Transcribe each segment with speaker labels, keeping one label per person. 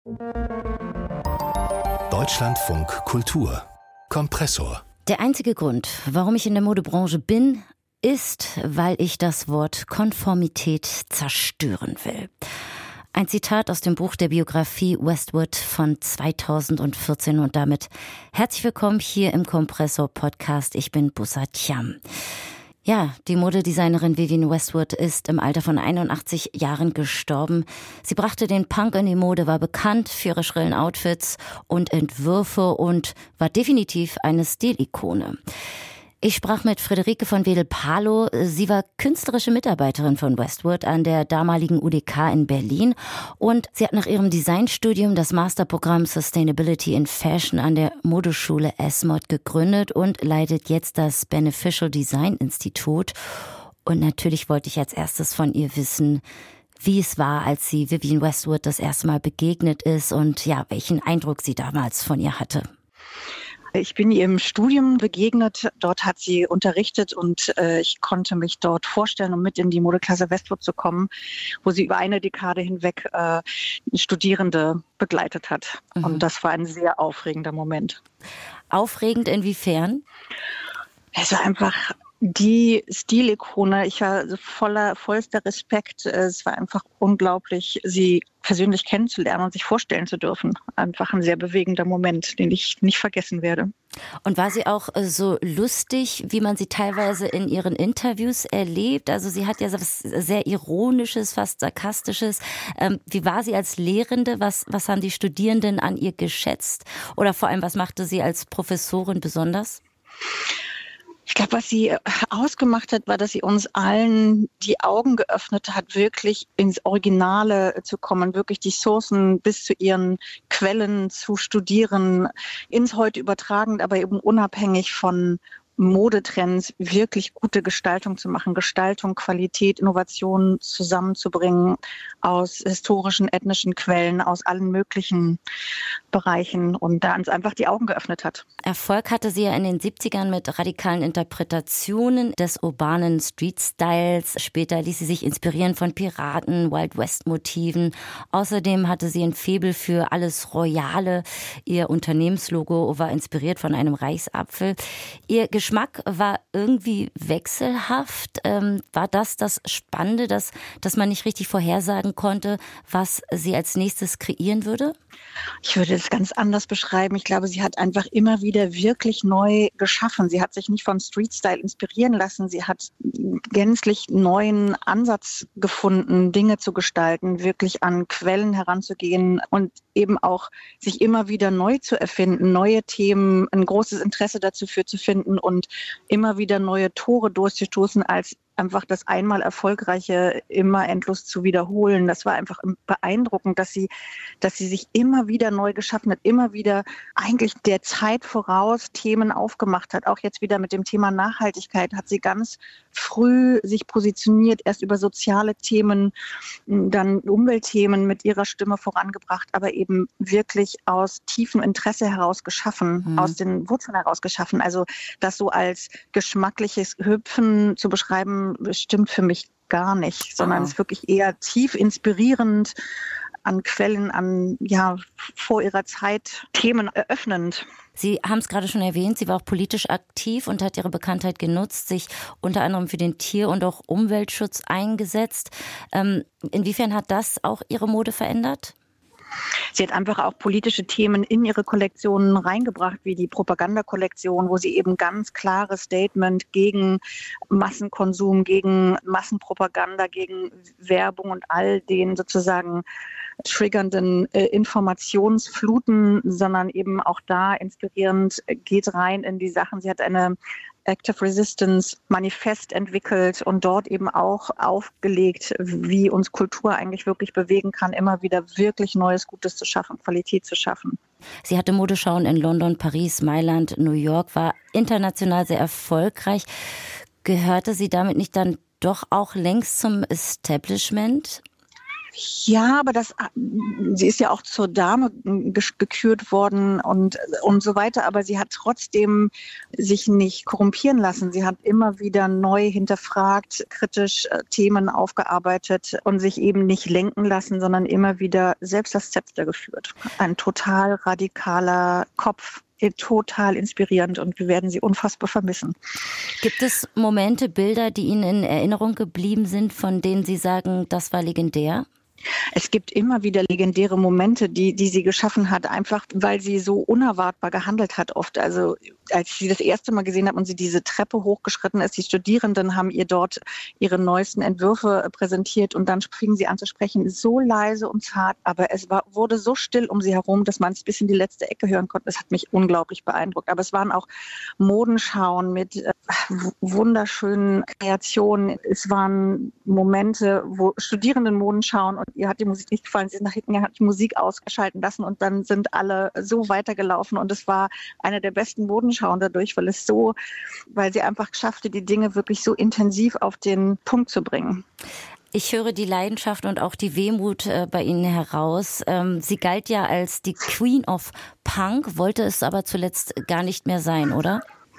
Speaker 1: Deutschlandfunk Kultur Kompressor.
Speaker 2: Der einzige Grund, warum ich in der Modebranche bin, ist, weil ich das Wort Konformität zerstören will. Ein Zitat aus dem Buch der Biografie Westwood von 2014 und damit herzlich willkommen hier im Kompressor-Podcast. Ich bin Bussa Thiam. Ja, die Modedesignerin Vivienne Westwood ist im Alter von 81 Jahren gestorben. Sie brachte den Punk in die Mode, war bekannt für ihre schrillen Outfits und Entwürfe und war definitiv eine Stilikone. Ich sprach mit Friederike von Wedel-Palow. Sie war künstlerische Mitarbeiterin von Westwood an der damaligen UDK in Berlin und sie hat nach ihrem Designstudium das Masterprogramm Sustainability in Fashion an der Modeschule ESMOD gegründet und leitet jetzt das Beneficial Design Institut. Und natürlich wollte ich als erstes von ihr wissen, wie es war, als sie Vivienne Westwood das erste Mal begegnet ist und ja, welchen Eindruck sie damals von ihr hatte.
Speaker 3: Ich bin ihr im Studium begegnet, dort hat sie unterrichtet und ich konnte mich dort vorstellen, um mit in die Modeklasse Westwood zu kommen, wo sie über eine Dekade hinweg Studierende begleitet hat. Mhm. Und das war ein sehr aufregender Moment.
Speaker 2: Aufregend inwiefern?
Speaker 3: Es war einfach die Stilikone. Ich war vollster Respekt. Es war einfach unglaublich, sie persönlich kennenzulernen und sich vorstellen zu dürfen. Einfach ein sehr bewegender Moment, den ich nicht vergessen werde.
Speaker 2: Und war sie auch so lustig, wie man sie teilweise in ihren Interviews erlebt? Also sie hat ja was sehr Ironisches, fast Sarkastisches. Wie war sie als Lehrende? Was haben die Studierenden an ihr geschätzt? Oder vor allem, was machte sie als Professorin besonders?
Speaker 3: Ich glaube, was sie ausgemacht hat, war, dass sie uns allen die Augen geöffnet hat, wirklich ins Originale zu kommen, wirklich die Sourcen bis zu ihren Quellen zu studieren, ins Heute übertragend, aber eben unabhängig von Modetrends wirklich gute Gestaltung zu machen, Gestaltung, Qualität, Innovation zusammenzubringen aus historischen, ethnischen Quellen, aus allen möglichen Bereichen und da uns einfach die Augen geöffnet hat.
Speaker 2: Erfolg hatte sie ja in den 70ern mit radikalen Interpretationen des urbanen Street-Styles. Später ließ sie sich inspirieren von Piraten, Wild-West-Motiven. Außerdem hatte sie ein Faible für alles Royale. Ihr Unternehmenslogo war inspiriert von einem Reichsapfel. Ihr Geschmack war irgendwie wechselhaft. War das Spannende, dass man nicht richtig vorhersagen konnte, was sie als nächstes kreieren würde?
Speaker 3: Ich würde es ganz anders beschreiben. Ich glaube, sie hat einfach immer wieder wirklich neu geschaffen. Sie hat sich nicht von Street-Style inspirieren lassen. Sie hat gänzlich neuen Ansatz gefunden, Dinge zu gestalten, wirklich an Quellen heranzugehen und eben auch sich immer wieder neu zu erfinden, neue Themen, ein großes Interesse dafür zu finden und immer wieder neue Tore durchzustoßen, als einfach das einmal Erfolgreiche immer endlos zu wiederholen. Das war einfach beeindruckend, dass sie sich immer wieder neu geschaffen hat, immer wieder eigentlich der Zeit voraus Themen aufgemacht hat. Auch jetzt wieder mit dem Thema Nachhaltigkeit hat sie ganz früh sich positioniert, erst über soziale Themen, dann Umweltthemen mit ihrer Stimme vorangebracht, aber eben wirklich aus tiefem Interesse heraus geschaffen, aus den Wurzeln heraus geschaffen. Also das so als geschmackliches Hüpfen zu beschreiben, stimmt für mich gar nicht, sondern es ist wirklich eher tief inspirierend, an Quellen, vor ihrer Zeit Themen eröffnend.
Speaker 2: Sie haben es gerade schon erwähnt, sie war auch politisch aktiv und hat ihre Bekanntheit genutzt, sich unter anderem für den Tier- und auch Umweltschutz eingesetzt. Inwiefern hat das auch ihre Mode verändert?
Speaker 3: Sie hat einfach auch politische Themen in ihre Kollektionen reingebracht, wie die Propagandakollektion, wo sie eben ganz klares Statement gegen Massenkonsum, gegen Massenpropaganda, gegen Werbung und all den sozusagen triggernden Informationsfluten, sondern eben auch da inspirierend geht rein in die Sachen. Sie hat eine Active Resistance Manifest entwickelt und dort eben auch aufgelegt, wie uns Kultur eigentlich wirklich bewegen kann, immer wieder wirklich Neues, Gutes zu schaffen, Qualität zu schaffen.
Speaker 2: Sie hatte Modeschauen in London, Paris, Mailand, New York, war international sehr erfolgreich. Gehörte sie damit nicht dann doch auch längst zum Establishment?
Speaker 3: Ja, aber sie ist ja auch zur Dame gekürt worden und so weiter, aber sie hat trotzdem sich nicht korrumpieren lassen. Sie hat immer wieder neu hinterfragt, kritisch Themen aufgearbeitet und sich eben nicht lenken lassen, sondern immer wieder selbst das Zepter geführt. Ein total radikaler Kopf. Total inspirierend und wir werden sie unfassbar vermissen.
Speaker 2: Gibt es Momente, Bilder, die Ihnen in Erinnerung geblieben sind, von denen Sie sagen, das war legendär?
Speaker 3: Es gibt immer wieder legendäre Momente, die sie geschaffen hat, einfach weil sie so unerwartbar gehandelt hat oft. Also als ich sie das erste Mal gesehen habe und sie diese Treppe hochgeschritten ist, die Studierenden haben ihr dort ihre neuesten Entwürfe präsentiert und dann fingen sie an zu sprechen, so leise und zart, aber wurde so still um sie herum, dass man es bis in die letzte Ecke hören konnte. Das hat mich unglaublich beeindruckt. Aber es waren auch Modenschauen mit wunderschönen Kreationen. Es waren Momente, wo Studierenden Modenschauen und ihr hat die Musik nicht gefallen. Sie ist nach hinten gegangen, hat die Musik ausgeschalten lassen und dann sind alle so weitergelaufen und es war eine der besten Modenschauen dadurch, weil sie einfach schaffte, die Dinge wirklich so intensiv auf den Punkt zu bringen.
Speaker 2: Ich höre die Leidenschaft und auch die Wehmut bei Ihnen heraus. Sie galt ja als die Queen of Punk, wollte es aber zuletzt gar nicht mehr sein, oder?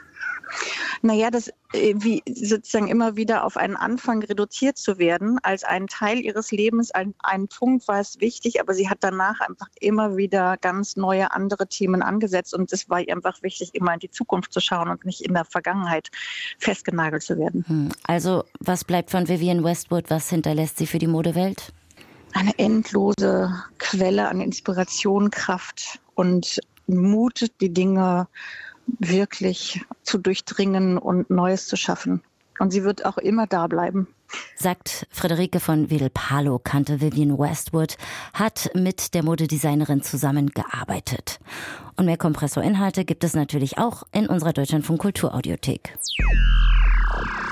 Speaker 3: Naja, das wie sozusagen immer wieder auf einen Anfang reduziert zu werden, als einen Teil ihres Lebens, ein Punkt war es wichtig, aber sie hat danach einfach immer wieder ganz neue andere Themen angesetzt und es war ihr einfach wichtig, immer in die Zukunft zu schauen und nicht in der Vergangenheit festgenagelt zu werden.
Speaker 2: Also was bleibt von Vivienne Westwood, was hinterlässt sie für die Modewelt?
Speaker 3: Eine endlose Quelle an Inspiration, Kraft und Mut, die Dinge wirklich zu durchdringen und Neues zu schaffen. Und sie wird auch immer da bleiben.
Speaker 2: Sagt Friederike von Wedel-Palow, kannte Vivienne Westwood, hat mit der Modedesignerin zusammengearbeitet. Und mehr Kompressor-Inhalte gibt es natürlich auch in unserer Deutschlandfunk Kultur-Audiothek.